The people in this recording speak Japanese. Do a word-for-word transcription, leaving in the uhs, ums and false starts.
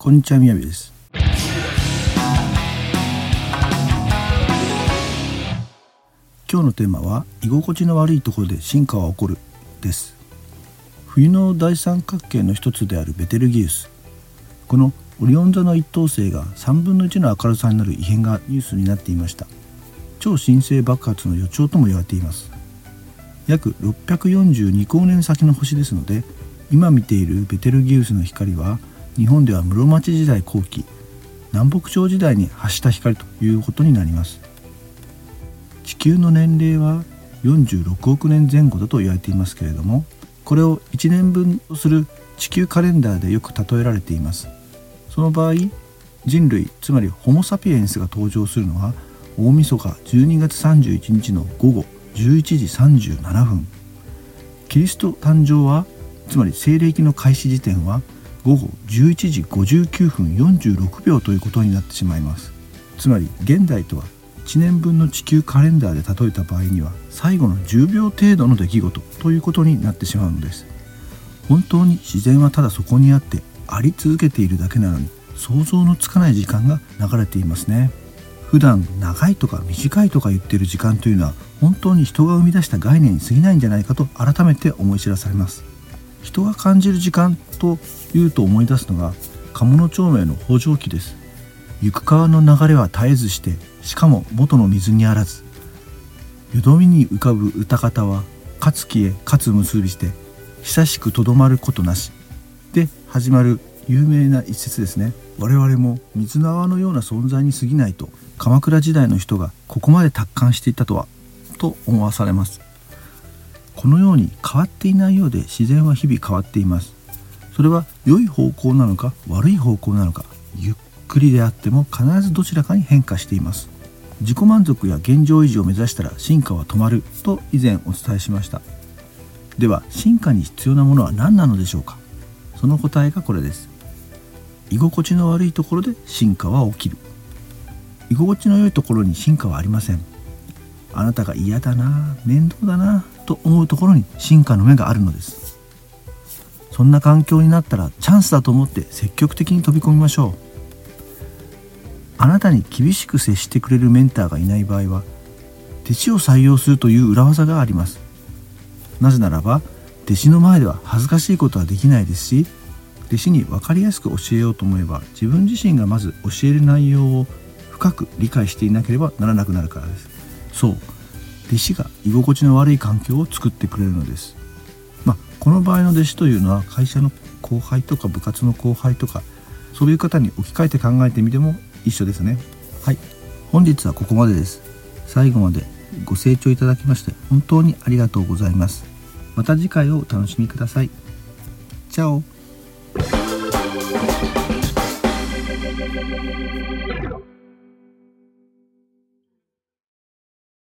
こんにちは、みやびです。今日のテーマは居心地の悪いところで進化は起こるです。冬の大三角形の一つであるベテルギウス、このオリオン座の一等星がさんぶんのいちの明るさになる異変がニュースになっていました。超新星爆発の予兆とも言われています。約ろっぴゃくよんじゅうにこうねん先の星ですので、今見ているベテルギウスの光は日本では室町時代後期、南北朝時代に発した光ということになります。地球の年齢はよんじゅうろくおくねんぜん後だと言われていますけれども、これをいちねんぶんとする地球カレンダーでよく例えられています。その場合、人類つまりホモ・サピエンスが登場するのは大晦日じゅうにがつさんじゅういちにちの午後じゅういちじさんじゅうななふん、キリスト誕生はつまり西暦の開始時点は午後じゅういちじごじゅうきゅうふんよんじゅうろくびょうということになってしまいます。つまり現代とはいちねんぶんの地球カレンダーで例えた場合には最後のじゅうびょう程度の出来事ということになってしまうのです。本当に自然はただそこにあってあり続けているだけなのに、想像のつかない時間が流れていますね。普段長いとか短いとか言っている時間というのは本当に人が生み出した概念に過ぎないんじゃないかと改めて思い知らされます。人が感じる時間というと思い出すのが鴨の長明の北条記です。行く川の流れは絶えずして、しかも元の水にあらず、よどみに浮かぶ歌方はかつ消えかつ結びして久しくとどまることなしで始まる有名な一節ですね。我々も水の泡のような存在に過ぎないと鎌倉時代の人がここまで達観していたとはと思わされます。このように変わっていないようで自然は日々変わっています。それは良い方向なのか悪い方向なのか、ゆっくりであっても必ずどちらかに変化しています。自己満足や現状維持を目指したら進化は止まると以前お伝えしました。では進化に必要なものは何なのでしょうか。その答えがこれです。居心地の悪いところで進化は起きる。居心地の良いところに進化はありません。あなたが嫌だな、面倒だなと思うところに進化の芽があるのです。そんな環境になったらチャンスだと思って積極的に飛び込みましょう。あなたに厳しく接してくれるメンターがいない場合は、弟子を採用するという裏技があります。なぜならば、弟子の前では恥ずかしいことはできないですし、弟子に分かりやすく教えようと思えば、自分自身がまず教える内容を深く理解していなければならなくなるからです。そう、弟子が居心地の悪い環境を作ってくれるのです。まあ、この場合の弟子というのは会社の後輩とか部活の後輩とか、そういう方に置き換えて考えてみても一緒ですね。はい、本日はここまでです。最後までご清聴いただきまして本当にありがとうございます。また次回をお楽しみください。チャオ。